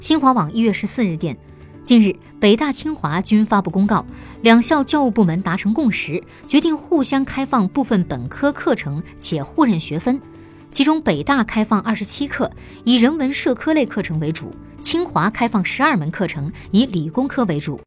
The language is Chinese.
新华网1月14日电，近日，北大清华均发布公告，两校教务部门达成共识，决定互相开放部分本科课程且互认学分。其中，北大开放27课，以人文社科类课程为主；清华开放12门课程，以理工科为主。